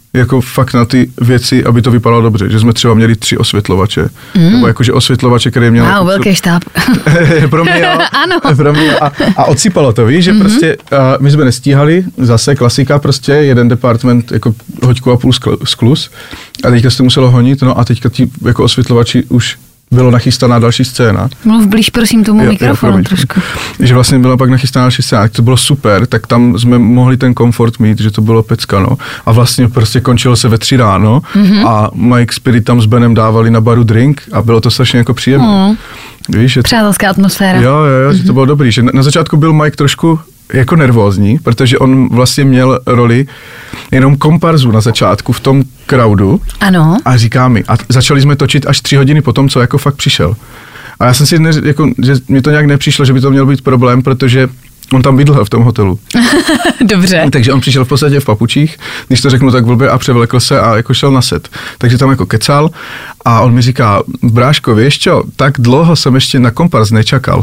jako fakt na ty věci, aby to vypadalo dobře, že jsme třeba měli 3 osvětlovače, nebo jakože osvětlovače, které měl... Wow, velký štáb. Pro mě, jo. Ano. Pro mě, a odsypalo to, víš, že prostě my jsme nestíhali, zase klasika prostě, jeden department jako hoďku a půl sklus a teďka se to muselo honit, no a teďka ti jako osvětlovači už bylo nachystaná další scéna. Mluv blíž prosím tomu mikrofonu promiň. trošku. Že vlastně byla pak nachystaná další scéna, to bylo super, tak tam jsme mohli ten komfort mít, že to bylo pecka, no. A vlastně prostě končilo se ve 3 ráno a Mike Spirit tam s Benem dávali na baru drink a bylo to strašně jako příjemné. Víš, Přátelská atmosféra. Jo, že to bylo dobrý, že na začátku byl Mike trošku jako nervózní, protože on vlastně měl roli jenom komparzu na začátku v tom crowdu. Ano. A říká mi, a začali jsme točit až 3 hodiny potom, co jako fakt přišel. A já jsem si, že mi to nějak nepřišlo, že by to měl být problém, protože on tam bydlel v tom hotelu. Dobře. Takže on přišel v podstatě v papučích, když to řeknu tak blbě, a převlekl se a jako šel na set. Takže tam jako kecal a on mi říká, bráško, víš čo, tak dlouho jsem ještě na komparz nečakal.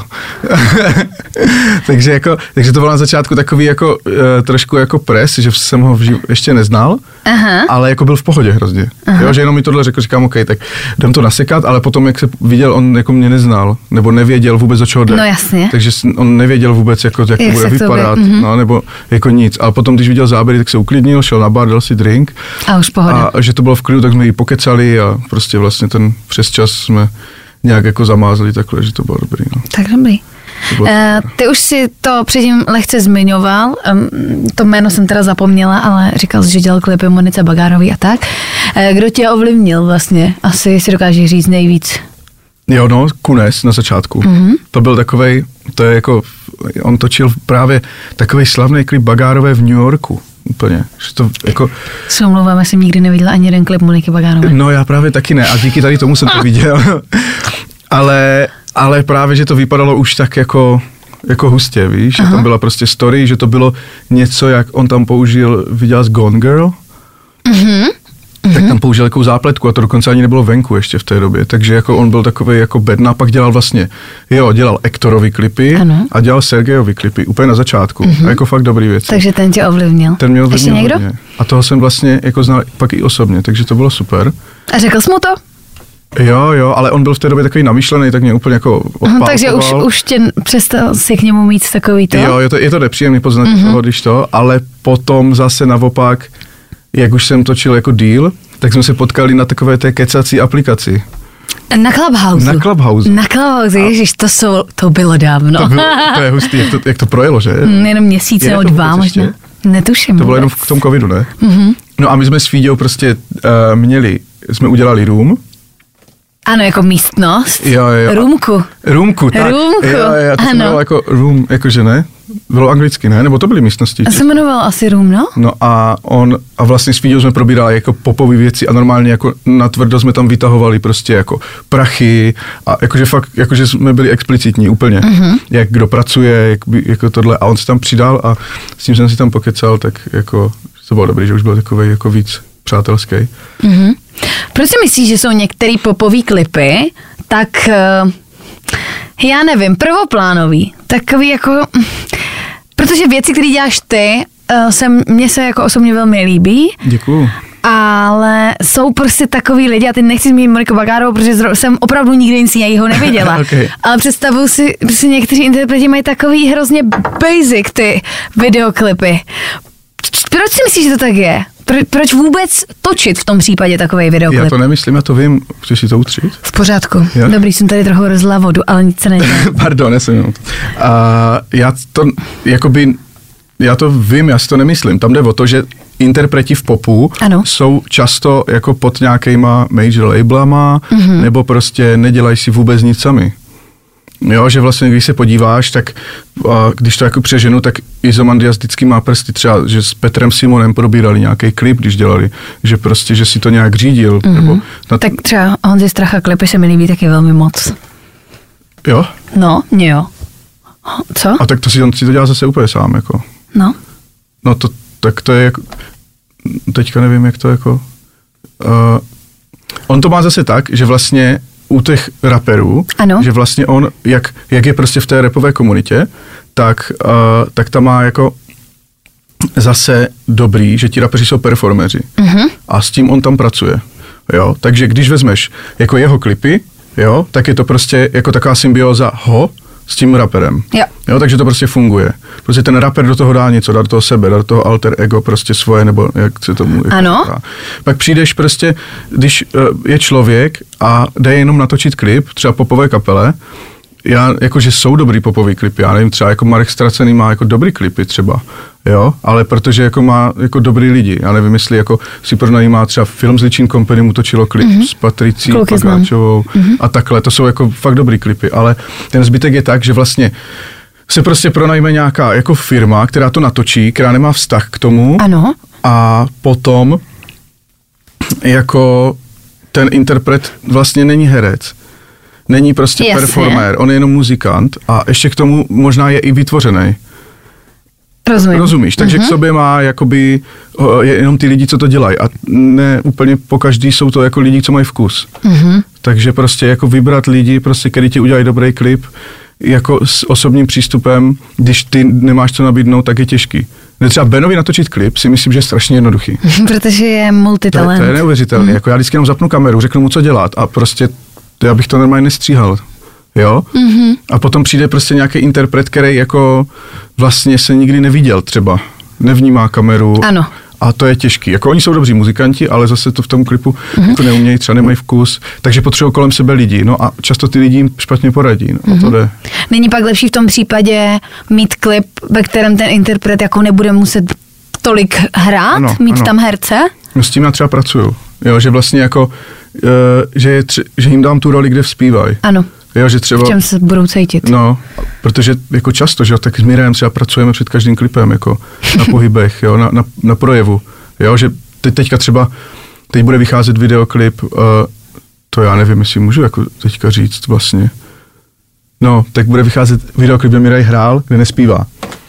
takže to bylo na začátku takový jako trošku jako pres, že jsem ho ještě neznal, ale jako byl v pohodě hrozně. Jo, že jenom mi tohle řekl, říkám, OK, tak jdem to nasekat, ale potom, jak se viděl, on jako mě neznal, nebo nevěděl vůbec, o čeho jde. No jasně. Takže on nevěděl vůbec, jako, jak to bude vypadat, no, nebo jako nic. Ale potom, když viděl záběry, tak se uklidnil, šel na bar, dal si drink. A už pohoda. A že to bylo v klidu, tak jsme ji pokecali a prostě vlastně ten přesčas jsme nějak jako zamázli takhle, že to bylo dobrý. No. Tak dobrý. Ty už si to předtím lehce zmiňoval, to jméno jsem teda zapomněla, ale říkal jsi, že dělal klipy Monice Bagárový a tak. Kdo tě ovlivnil vlastně? Asi si dokážeš říct nejvíc. Jo, no, Kunes na začátku. To byl takovej, to je jako, on točil právě takovej slavný klip Bagárové v New Yorku. Úplně. Že to jako... Se omlouvám, já jsem nikdy neviděla ani jeden klip Moniky Bagárové. No já právě taky ne a díky tady tomu jsem to viděl. ale právě, že to vypadalo už tak jako hustě, víš, že tam byla prostě story, že to bylo něco, jak on tam použil, viděl z Gone Girl? Tak tam použil jakou zápletku a to dokonce ani nebylo venku ještě v té době, takže jako on byl takovej jako bedna, pak dělal vlastně, dělal Hectorovy klipy a dělal Sergejovy klipy, úplně na začátku a jako fakt dobrý věci. Takže ten tě ovlivnil. Ten mě ovlivnil ještě někdo? Hodně. A toho jsem vlastně jako znal pak i osobně, takže to bylo super. A řekl jsi mu to? Jo, ale on byl v té době takový namyšlený, tak mě úplně jako odpálkoval. Takže už tě přestal si k němu mít takový to? Jo, je to nepříjemný poznat toho, když to, ale potom zase naopak, jak už jsem točil jako deal, tak jsme se potkali na takové té kecací aplikaci. Na Clubhouse, ježiš, to bylo dávno. To je hustý, jak to projelo, že? Jenom měsíc nebo 2 možná. Netuším. To bylo jenom v tom covidu, ne? No a my jsme s Fíďou prostě jsme udělali room. Ano, jako místnost. Jo. Roomku, tak. Jo, to se jmenovalo jako room, jakože ne? Bylo anglicky, ne? Nebo to byly místnosti? A se jmenovalo asi room, no? No a vlastně s Fíďou jsme probírali jako popové věci a normálně jako natvrdo jsme tam vytahovali prostě jako prachy a jakože fakt, jakože jsme byli explicitní úplně. Jak kdo pracuje, jako tohle a on se tam přidal a s tím jsem si tam pokecal, tak jako to bylo dobrý, že už byl takovej jako víc přátelský. Proč si myslíš, že jsou některé popové klipy tak, já nevím, prvoplánový, takový jako, protože věci, které děláš ty, mně se jako osobně velmi líbí. Děkuju. Ale jsou prostě takový lidi, a teď nechci zmínit Moniku Bagárovou, protože jsem opravdu nikdy nic jiného neviděla. Okay. Ale představuju si, že někteří interpreti mají takový hrozně basic ty videoklipy. Proč si myslíš, že to tak je? Proč vůbec točit v tom případě takový videoklip? Já to nemyslím, já to vím. Chceš si to utřít? V pořádku. Jo? Dobrý, jsem tady trochu rozlila vodu, ale nic se nedělá. Pardon, já to vím, já si to nemyslím. Tam jde o to, že interpreti v popu jsou často jako pod nějakýma major labelama, nebo prostě nedělají si vůbec nic sami. Jo, že vlastně, když se podíváš, tak když to jako přeženu, tak Izomandias vždycky má prsty, třeba, že s Petrem Simonem probírali nějaký klip, když dělali, že prostě, že si to nějak řídil. Nebo tak třeba Honzi Stracha klipy se mi líbí taky velmi moc. Jo? No, jo. Co? A tak to si to dělá zase úplně sám, jako. No to, tak to je jako, teďka nevím, jak to jako, on to má zase tak, že vlastně u těch raperů, že vlastně on, jak je prostě v té rapové komunitě, tak tam má jako zase dobrý, že ti rapeři jsou performeři. a s tím on tam pracuje. Jo? Takže když vezmeš jako jeho klipy, jo, tak je to prostě jako taková symbioza s tím raperem. Jo, takže to prostě funguje. Prostě ten rapper do toho dá něco, dá do toho sebe, dá do toho alter ego prostě svoje, nebo jak se tomu... Ano. Říká. Pak přijdeš prostě, když je člověk a jde jenom natočit klip, třeba popové kapele, jakože jsou dobrý popový klipy, já nevím, třeba jako Marek Stracený má jako dobrý klipy třeba, jo, ale protože jako má jako dobrý lidi, já nevím, jestli jako si pronajímá třeba Film z Ličín Company, mu točilo klip s Patricí Pagáčovou a takhle, to jsou jako fakt dobrý klipy, ale ten zbytek je tak, že vlastně se prostě pronajme nějaká jako firma, která to natočí, která nemá vztah k tomu. Ano. A potom jako ten interpret vlastně není herec. Není prostě performer, on je jenom muzikant a ještě k tomu možná je i vytvořený. Rozumíš? Takže k sobě má jakoby jenom ty lidi, co to dělají a ne úplně po každý jsou to jako lidi, co mají vkus. Takže prostě jako vybrat lidi, prostě, který ti udělají dobrý klip, jako s osobním přístupem, když ty nemáš co nabídnout, tak je těžký. Třeba Benovi natočit klip si myslím, že je strašně jednoduchý. Protože je multitalent. To je neuvěřitelné. Jako já vždycky jenom zapnu kameru, řeknu mu, co dělat a prostě já bych to normálně nestříhal. Jo? A potom přijde prostě nějaký interpret, který jako vlastně se nikdy neviděl třeba. Nevnímá kameru. Ano. A to je těžký. Jako oni jsou dobří muzikanti, ale zase to v tom klipu jako neumějí, třeba nemají vkus, takže potřebují kolem sebe lidi. No a často ty lidi jim špatně poradí. No, to jde. Není pak lepší v tom případě mít klip, ve kterém ten interpret jako nebude muset tolik hrát, mít tam herce? No s tím já třeba pracuju. Jo, že vlastně jako, že jim dám tu roli, kde vzpívají. Ano. Jo, že třeba, v čem se budou cítit. No, protože jako často, že tak s Mirem třeba pracujeme před každým klipem, jako na pohybech, jo, na projevu. Jo, že teď bude vycházet videoklip, to já nevím, jestli můžu jako teďka říct vlastně. No, tak bude vycházet videoklip, kde Miraj hrál, kde nespívá.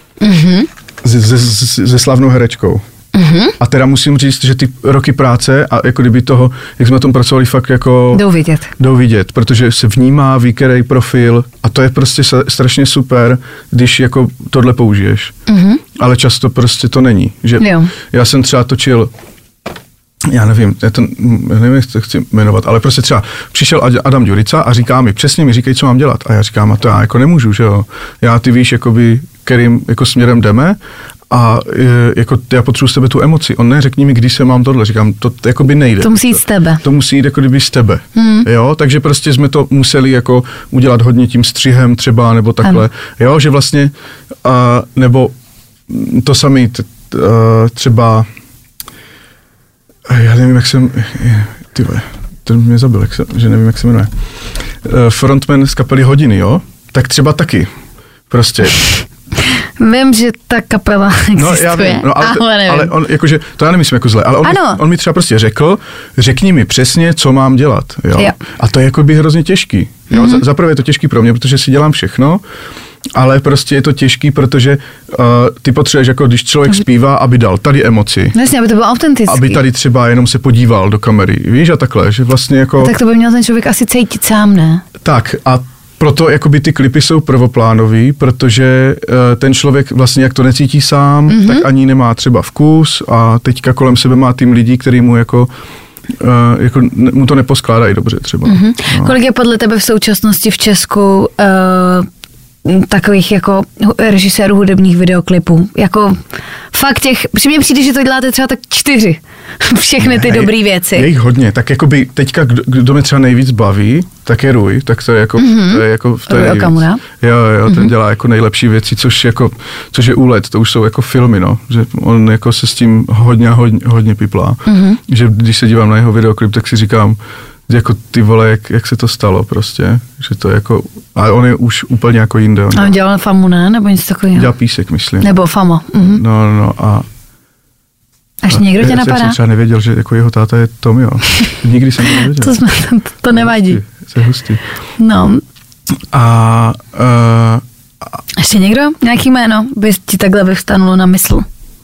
Se slavnou herečkou. A teda musím říct, že ty roky práce a jako kdyby toho, jak jsme na tom pracovali, fakt jako... Jdou vidět, protože se vnímá, ví, který profil a to je prostě strašně super, když jako tohle použiješ. Ale často prostě to není. Že já jsem třeba točil, já nevím, jak to chci jmenovat, ale prostě třeba přišel Adam Ďurica a říká mi, přesně mi říkej, co mám dělat. A já říkám, a to já jako nemůžu, že jo. Ty víš, jakoby, kterým jako směrem jdeme a jako já potřebuji z tebe tu emoci. On neřekni mi, když se mám tohle. Říkám, to jakoby nejde. To musí jít z tebe. To musí jít jako kdyby z tebe. Jo, takže prostě jsme to museli jako udělat hodně tím střihem třeba, nebo takhle. Ano. Jo, že vlastně, nebo to samý třeba, já nevím, jak jsem, ten mě zabil, že nevím, jak se jmenuje. Frontman z kapely Hodiny, jo? Tak třeba taky. Prostě. Vím, že ta kapela existuje, no, já vím, no, ale on, jakože, to já nemyslím jako zle, ale on mi třeba prostě řekni mi přesně, co mám dělat, jo? A to je jako by hrozně těžký, jo? Zaprvé je to těžký pro mě, protože si dělám všechno, ale prostě je to těžký, protože ty potřebuješ, jako když člověk zpívá, aby dal tady emoci. Vlastně, aby to bylo autentický. Aby tady třeba jenom se podíval do kamery, víš, a takhle, že vlastně jako... A tak to by měl ten člověk asi cítit sám, ne? Tak a proto jakoby ty klipy jsou prvoplánový, protože ten člověk vlastně jak to necítí sám, tak ani nemá třeba vkus a teďka kolem sebe má tým lidí, který mu jako mu to neposkládají dobře třeba. No. Kolik je podle tebe v současnosti v Česku takových jako režisérů hudebních videoklipů? Jako fakt protože mně přijde, že to děláte třeba tak 4. Všechny ty dobré věci. Je jich hodně, tak jakoby teďka, kdo mě třeba nejvíc baví, tak je Rui, tak to je jako, to je Okamura. Jo, ten dělá jako nejlepší věci, což je úlet, to už jsou jako filmy, no, že on jako se s tím hodně piplá, že když se dívám na jeho videoklip, tak si říkám, jako ty vole, jak se to stalo prostě, že to jako, ale on je už úplně jako jinde. A on dělal Famu, ne? Nebo něco takového? Dělal Písek, myslím. Nebo Famo. No a až někdo tě napadá? Já jsem třeba nevěděl, že jako jeho táta je Tomio. Nikdy jsem to nevěděl. To nevadí. To je hustý. No. A ještě někdo? Nějaký jméno by ti takhle vyvstanulo na mysl?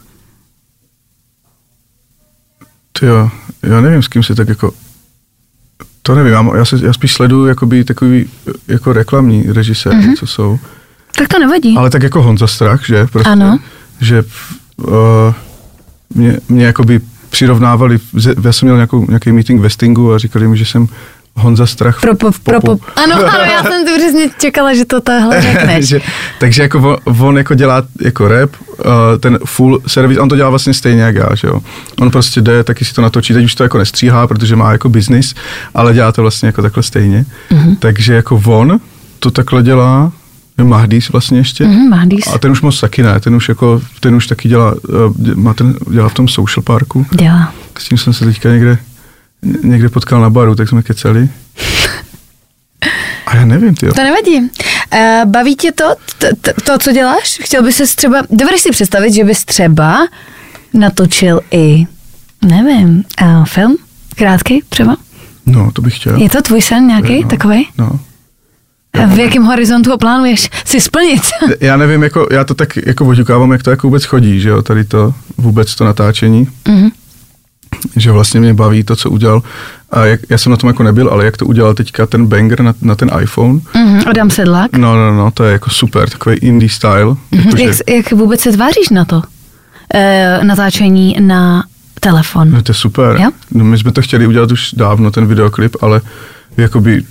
Jo, já nevím, s kým se tak jako... To nevím, já spíš sleduju jakoby takový jako reklamní režiséry, co jsou. Tak to nevadí. Ale tak jako Honza Strach, že? Prostě, ano. Že mě jakoby přirovnávali, já jsem měl nějaký meeting ve Stingu a říkali mi, že jsem Honza Strach v popu. Ano, já jsem to přesně čekala, že to tahle řekneš. Takže jako on jako dělá jako rap, ten full service, on to dělá vlastně stejně jak já, že jo. On prostě jde, taky si to natočí, teď už to jako nestříhá, protože má jako business, ale dělá to vlastně jako takhle stejně. Takže jako on to takhle dělá, Mahdís vlastně ještě. Mahdís. A ten už moc taky ne, ten už taky dělá v tom Social Parku. Dělá. S tím jsem se teďka někde potkal na baru, tak jsme keceli. A já nevím, tyjo. To nevadí. Baví tě to, co děláš? Chtěl bys se třeba, dovedeš si představit, že bys třeba natočil i, nevím, film? Krátký třeba? No, to bych chtěl. Je to tvůj sen nějaký takovej? No. V jakém horizontu ho plánuješ si splnit? Já nevím, jako, já to tak jako oťukávám, jak to jako vůbec chodí, že jo, tady to vůbec to natáčení. Že vlastně mě baví to, co udělal. A já jsem na tom jako nebyl, ale jak to udělal teďka ten banger na ten iPhone. Adam Sedlák. No, to je jako super, takový indie style. Jak vůbec se tváříš na to? Natáčení na telefon. No to je super. Jo? No, my jsme to chtěli udělat už dávno, ten videoklip, ale jakoby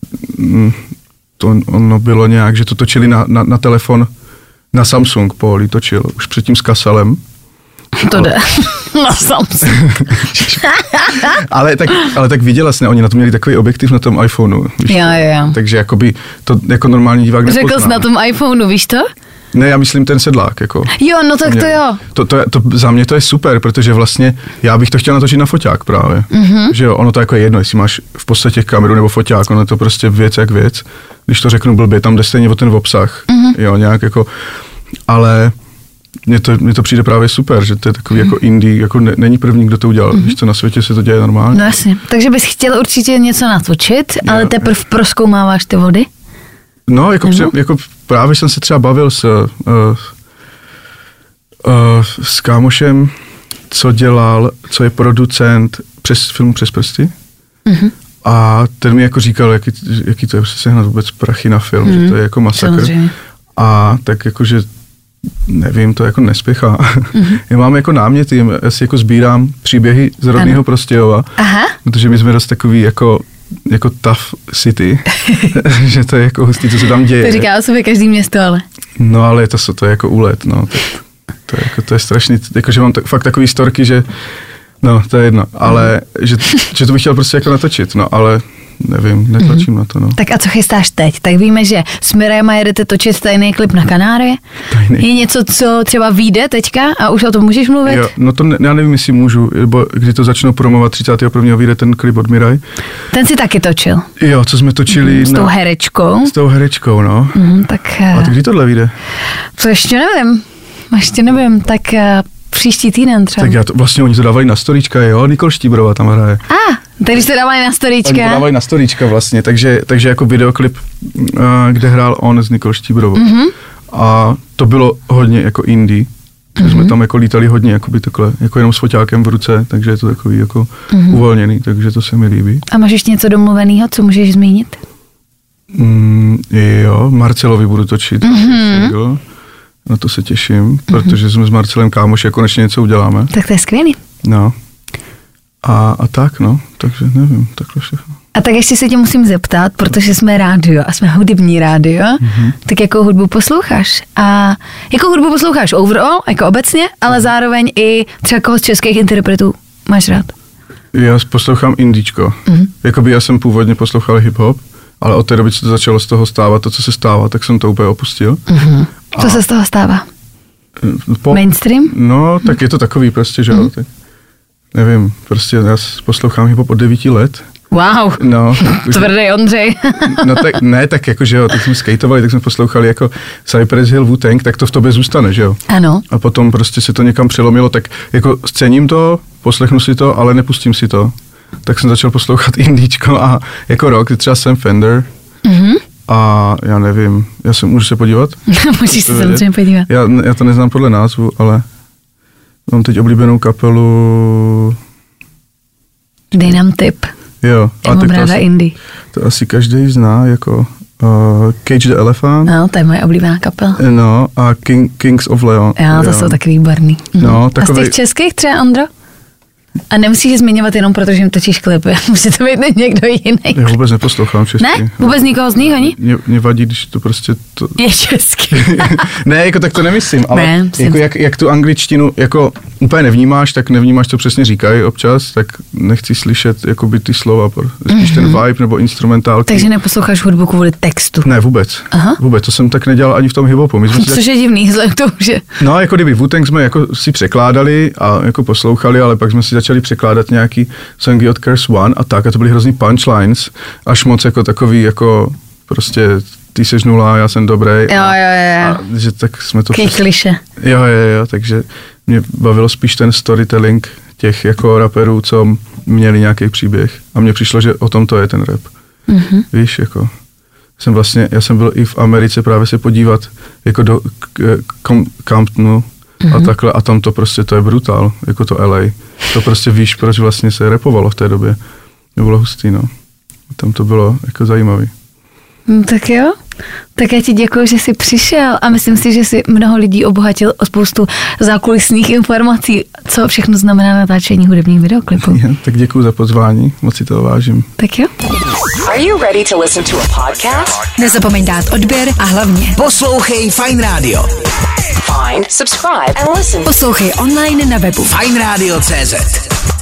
ono bylo nějak, že to točili na telefon, na Samsung Pauli točil, už předtím s Kasalem. To jde. Na Samsung. ale tak viděla jsi, oni na to měli takový objektiv na tom iPhoneu. Jo. Takže jakoby to jako normální divák nepozná. Řekl jsi na tom iPhoneu, víš to? Ne, já myslím ten Sedlák, jako. Jo, no tak to jo. To za mě to je super, protože vlastně já bych to chtěl natočit na foťák právě. Že jo, ono to jako je jedno, jestli máš v podstatě kameru nebo foťák, ono je to prostě věc jak věc. Když to řeknu blbě, tam jde stejně o ten obsah. Jo, nějak jako, ale mně to přijde právě super, že to je takový jako indie, jako není první, kdo to udělal, když to na světě se to děje normálně. No jasně, takže bys chtěl určitě něco natočit, ale teprve prozkoumáváš ty vody? No, jako právě jsem se třeba bavil s kámošem, co je producent filmu Přes prsty. A ten mi jako říkal, jaký to je sehnat vůbec prachy na film, že to je jako masakr. Samozřejmě. A tak jakože nevím, to jako nespěchá. Já mám jako náměty, já si jako sbírám příběhy z rodného Prostějova, protože my jsme dost takový jako tough city, že to je jako hustý, co se tam děje. To říká o sobě každý město, ale. No ale to je jako úlet, no. To je strašný, jakože mám fakt takový storky, že no, to je jedno, ale že to bych chtěl prostě jako natočit, no, ale nevím, netlačím na to, no. Tak a co chystáš teď? Tak víme, že s Mirajema jedete točit tajný klip na Kanárie. Je něco, co třeba vyjde teďka a už o tom můžeš mluvit? Jo, no to já nevím, jestli můžu, nebo kdy to začnou promovat, 31. vyjde ten klip od Miraj. Ten si taky točil. Jo, co jsme točili. S tou herečkou. S tou herečkou, no. Tak. A kdy tohle vyjde? To ještě nevím, tak příští týden třeba. Tak vlastně oni to dávali na storíčka, jo, Nikol Štíbrová tam hraje. Takže jste dávali na storíčka. Oni to dávali na storíčka vlastně, takže jako videoklip, kde hrál on s Nikol Štíbrovou. A to bylo hodně jako indie. Jsme tam jako lítali hodně, jakoby takhle, jako jenom s foťákem v ruce, takže je to takový jako uvolněný, takže to se mi líbí. A máš ještě něco domluveného, co můžeš zmínit? Jo, Marcelovi budu točit. Na to se těším, protože jsme s Marcelem kámoši a konečně něco uděláme. Tak to je skvělý. No. A tak, no. Takže nevím, takhle všechno. A tak ještě se tě musím zeptat, protože jsme rádio a jsme hudební rádio, tak jakou hudbu posloucháš? A jakou hudbu posloucháš overall, jako obecně, ale zároveň i třeba koho z českých interpretů máš rád? Já poslouchám indíčko. Jakoby já jsem původně poslouchal hip-hop, ale od té doby, co to začalo z toho stávat, to, co se stává, tak jsem to úplně opustil. Co se z toho stává? Mainstream? No, tak je to takový prostě, že jo. Nevím, prostě já poslouchám hip-hop od 9 let. Wow, no, tvrdý Ondřej. No tak ne, tak jako, že jo, tak jsme skateovali, tak jsme poslouchali jako Cypress Hill, Wu-Tang, tak to v tobě zůstane, že jo. Ano. A potom prostě se to někam přelomilo, tak jako cením to, poslechnu si to, ale nepustím si to. Tak jsem začal poslouchat indíčko a jako rock, třeba Sam Fender. A já nevím, můžu se podívat? Můžeš se samozřejmě podívat. Já to neznám podle názvu, ale mám teď oblíbenou kapelu. Dej nám tip. Jo. Já mám ráda indie. To asi každý zná, jako Cage the Elephant. No, to je moje oblíbená kapela. No, a Kings of Leon. Jo, to jsou taky výborný. No, takovej... A z těch českých třeba, Ondro? A nemusíš je zmiňovat jenom proto, že jim točíš klipy. Může to být někdo jiný. Já vůbec neposlouchám česky. Ne? Vůbec nikoho z nich ani? Mě vadí, když to prostě... To... Je česky. Ne, jako tak to nemyslím, ale ne, jako jak tu angličtinu jako úplně nevnímáš, tak nevnímáš, co přesně říkají občas, tak nechci slyšet jakoby ty slova, spíš ten vibe nebo instrumentálky. Takže neposloucháš hudbu kvůli textu? Ne, vůbec. Aha. Vůbec, to jsem tak nedělal ani v tom hip-hopu. Což je divný, vzhledem k tomu, že... No, jako kdyby Wu-Tang jsme jako si překládali a jako poslouchali, ale pak jsme si začali překládat nějaký songy od Curse One a tak, a to byly hrozný punchlines, až moc jako takový, jako prostě ty seš nula, já jsem dobrý. Jo. A že tak jsme to... Kliše. Jo, takže mě bavilo spíš ten storytelling těch jako raperů, co měli nějaký příběh. A mně přišlo, že o tom to je ten rap. Mm-hmm. Víš, jako... Já jsem byl i v Americe právě se podívat jako do Comptonu a takhle a tam to prostě, to je brutál, jako to LA. To prostě víš, proč vlastně se rapovalo v té době. To bylo hustý, no. Tam to bylo jako zajímavý. Tak jo. Tak já ti děkuji, že jsi přišel a myslím si, že jsi mnoho lidí obohatil o spoustu zákulisních informací, co všechno znamená natáčení hudebních videoklipů. Tak děkuji za pozvání, moc si to vážím. Tak jo. Are you ready to listen to a podcast? Nezapomeň dát odběr a hlavně Poslouchej Fajn Radio. Find, subscribe and listen. poslouchej online na webu Fajnradio.cz